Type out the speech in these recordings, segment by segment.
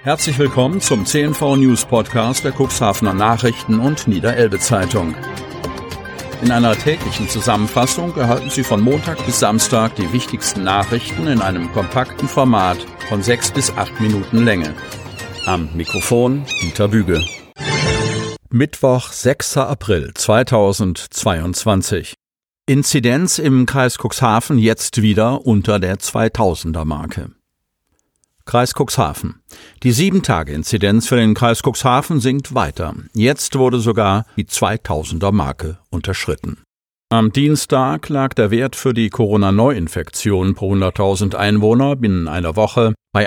Herzlich willkommen zum CNV News Podcast der Cuxhavener Nachrichten und Niederelbe Zeitung. In einer täglichen Zusammenfassung erhalten Sie von Montag bis Samstag die wichtigsten Nachrichten in einem kompakten Format von 6 bis 8 Minuten Länge. Am Mikrofon Dieter Büge. Mittwoch, 6. April 2022. Inzidenz im Kreis Cuxhaven jetzt wieder unter der 2000er-Marke. Kreis Cuxhaven. Die 7-Tage-Inzidenz für den Kreis Cuxhaven sinkt weiter. Jetzt wurde sogar die 2000er-Marke unterschritten. Am Dienstag lag der Wert für die Corona-Neuinfektionen pro 100.000 Einwohner binnen einer Woche bei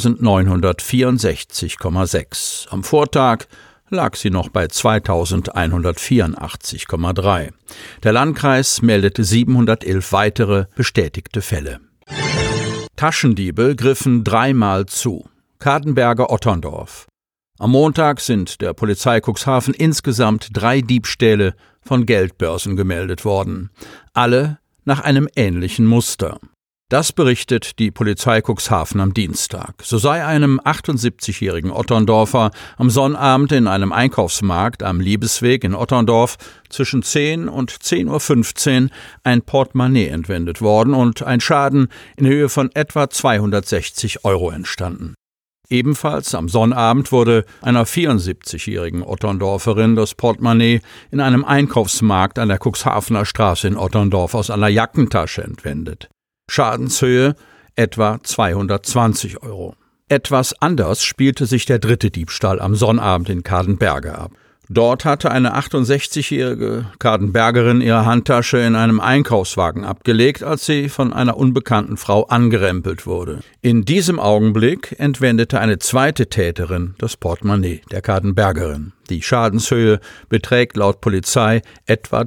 1.964,6. Am Vortag lag sie noch bei 2.184,3. Der Landkreis meldete 711 weitere bestätigte Fälle. Taschendiebe griffen 3-mal zu. Kadenberger Otterndorf. Am Montag sind der Polizei Cuxhaven insgesamt 3 Diebstähle von Geldbörsen gemeldet worden. Alle nach einem ähnlichen Muster. Das berichtet die Polizei Cuxhaven am Dienstag. So sei einem 78-jährigen Otterndorfer am Sonnabend in einem Einkaufsmarkt am Liebesweg in Otterndorf zwischen 10 und 10.15 Uhr ein Portemonnaie entwendet worden und ein Schaden in Höhe von etwa 260 € entstanden. Ebenfalls am Sonnabend wurde einer 74-jährigen Otterndorferin das Portemonnaie in einem Einkaufsmarkt an der Cuxhavener Straße in Otterndorf aus einer Jackentasche entwendet. Schadenshöhe etwa 220 €. Etwas anders spielte sich der dritte Diebstahl am Sonnabend in Kadenberge ab. Dort hatte eine 68-jährige Kadenbergerin ihre Handtasche in einem Einkaufswagen abgelegt, als sie von einer unbekannten Frau angerempelt wurde. In diesem Augenblick entwendete eine zweite Täterin das Portemonnaie der Kadenbergerin. Die Schadenshöhe beträgt laut Polizei etwa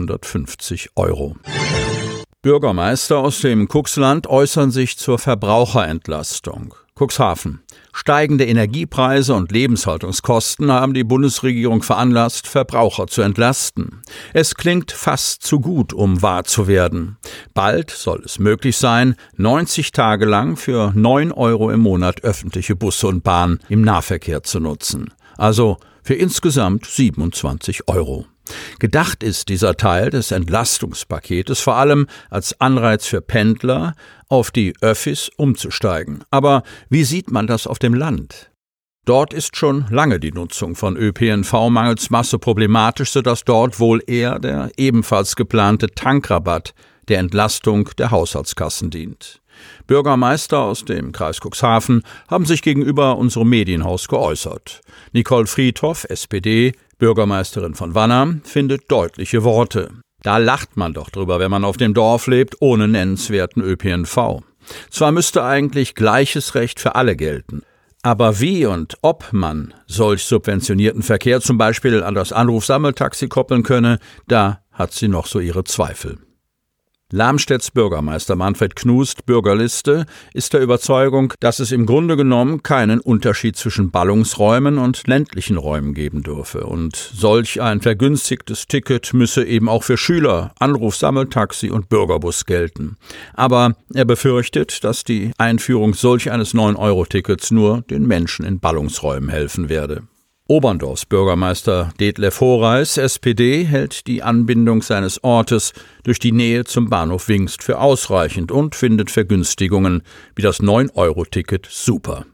350 €. Bürgermeister aus dem Cuxland äußern sich zur Verbraucherentlastung. Cuxhaven. Steigende Energiepreise und Lebenshaltungskosten haben die Bundesregierung veranlasst, Verbraucher zu entlasten. Es klingt fast zu gut, um wahr zu werden. Bald soll es möglich sein, 90 Tage lang für 9 € im Monat öffentliche Busse und Bahn im Nahverkehr zu nutzen. Also für insgesamt 27 €. Gedacht ist dieser Teil des Entlastungspaketes vor allem als Anreiz für Pendler, auf die Öffis umzusteigen. Aber wie sieht man das auf dem Land? Dort ist schon lange die Nutzung von ÖPNV mangels Masse problematisch, sodass dort wohl eher der ebenfalls geplante Tankrabatt der Entlastung der Haushaltskassen dient. Bürgermeister aus dem Kreis Cuxhaven haben sich gegenüber unserem Medienhaus geäußert. Nicole Friedhoff, SPD, Bürgermeisterin von Wanner, findet deutliche Worte. Da lacht man doch drüber, wenn man auf dem Dorf lebt, ohne nennenswerten ÖPNV. Zwar müsste eigentlich gleiches Recht für alle gelten, aber wie und ob man solch subventionierten Verkehr zum Beispiel an das Anrufsammeltaxi koppeln könne, da hat sie noch so ihre Zweifel. Lamstedts Bürgermeister Manfred Knust, Bürgerliste, ist der Überzeugung, dass es im Grunde genommen keinen Unterschied zwischen Ballungsräumen und ländlichen Räumen geben dürfe. Und solch ein vergünstigtes Ticket müsse eben auch für Schüler, Anrufsammeltaxi und Bürgerbus gelten. Aber er befürchtet, dass die Einführung solch eines 9-Euro-Tickets nur den Menschen in Ballungsräumen helfen werde. Oberndorfs Bürgermeister Detlef Horeis, SPD, hält die Anbindung seines Ortes durch die Nähe zum Bahnhof Wingst für ausreichend und findet Vergünstigungen wie das 9-Euro-Ticket super.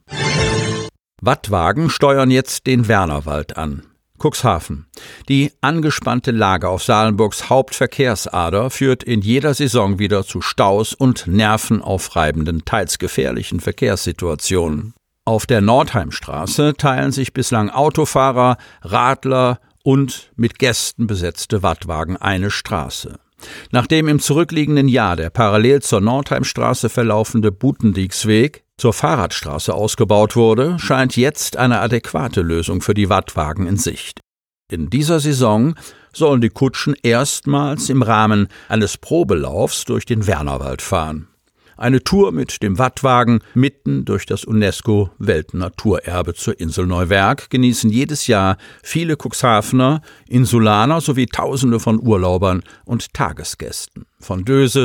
Wattwagen steuern jetzt den Wernerwald an. Cuxhaven. Die angespannte Lage auf Salenburgs Hauptverkehrsader führt in jeder Saison wieder zu Staus und nervenaufreibenden, teils gefährlichen Verkehrssituationen. Auf der Nordheimstraße teilen sich bislang Autofahrer, Radler und mit Gästen besetzte Wattwagen eine Straße. Nachdem im zurückliegenden Jahr der parallel zur Nordheimstraße verlaufende Butendieksweg zur Fahrradstraße ausgebaut wurde, scheint jetzt eine adäquate Lösung für die Wattwagen in Sicht. In dieser Saison sollen die Kutschen erstmals im Rahmen eines Probelaufs durch den Wernerwald fahren. Eine Tour mit dem Wattwagen mitten durch das UNESCO-Weltnaturerbe zur Insel Neuwerk genießen jedes Jahr viele Cuxhavener, Insulaner sowie Tausende von Urlaubern und Tagesgästen. Von Döse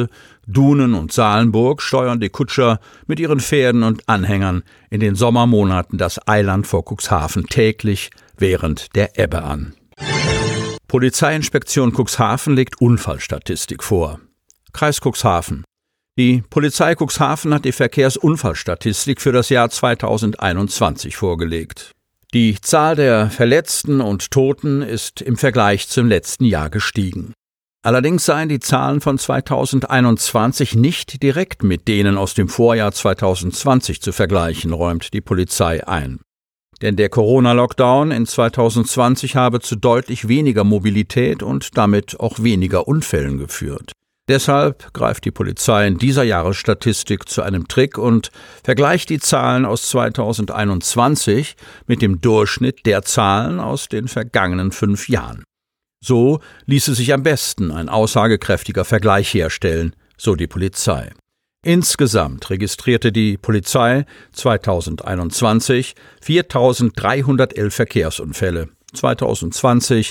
Dunen und Salenburg steuern die Kutscher mit ihren Pferden und Anhängern in den Sommermonaten das Eiland vor Cuxhaven täglich während der Ebbe an. Polizeiinspektion Cuxhaven legt Unfallstatistik vor. Kreis Cuxhaven. Die Polizei Cuxhaven hat die Verkehrsunfallstatistik für das Jahr 2021 vorgelegt. Die Zahl der Verletzten und Toten ist im Vergleich zum letzten Jahr gestiegen. Allerdings seien die Zahlen von 2021 nicht direkt mit denen aus dem Vorjahr 2020 zu vergleichen, räumt die Polizei ein. Denn der Corona-Lockdown in 2020 habe zu deutlich weniger Mobilität und damit auch weniger Unfällen geführt. Deshalb greift die Polizei in dieser Jahresstatistik zu einem Trick und vergleicht die Zahlen aus 2021 mit dem Durchschnitt der Zahlen aus den vergangenen 5 Jahren. So ließe sich am besten ein aussagekräftiger Vergleich herstellen, so die Polizei. Insgesamt registrierte die Polizei 2021 4.311 Verkehrsunfälle, 2020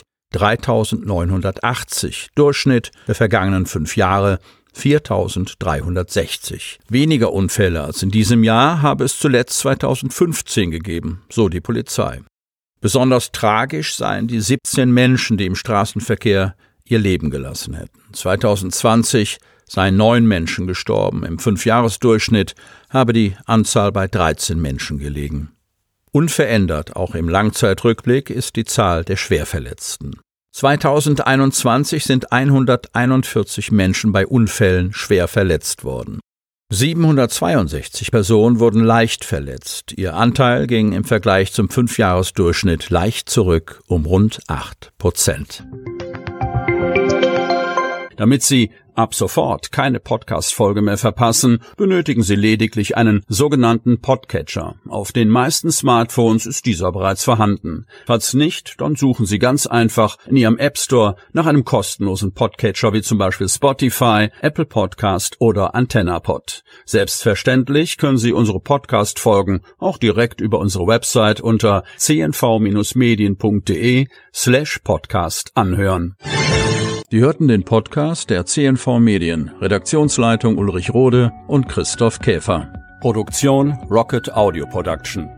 3.980, Durchschnitt der vergangenen 5 Jahre 4.360. Weniger Unfälle als in diesem Jahr habe es zuletzt 2015 gegeben, so die Polizei. Besonders tragisch seien die 17 Menschen, die im Straßenverkehr ihr Leben gelassen hätten. 2020 seien 9 Menschen gestorben. Im 5-Jahres-Durchschnitt habe die Anzahl bei 13 Menschen gelegen. Unverändert, auch im Langzeitrückblick, ist die Zahl der Schwerverletzten. 2021 sind 141 Menschen bei Unfällen schwer verletzt worden. 762 Personen wurden leicht verletzt. Ihr Anteil ging im Vergleich zum 5-Jahres-Durchschnitt leicht zurück um rund 8%. Damit Sie ab sofort keine Podcast-Folge mehr verpassen, benötigen Sie lediglich einen sogenannten Podcatcher. Auf den meisten Smartphones ist dieser bereits vorhanden. Falls nicht, dann suchen Sie ganz einfach in Ihrem App Store nach einem kostenlosen Podcatcher wie zum Beispiel Spotify, Apple Podcast oder AntennaPod. Selbstverständlich können Sie unsere Podcast-Folgen auch direkt über unsere Website unter cnv-medien.de/podcast anhören. Sie hörten den Podcast der CNV Medien, Redaktionsleitung Ulrich Rode und Christoph Käfer. Produktion Rocket Audio Production.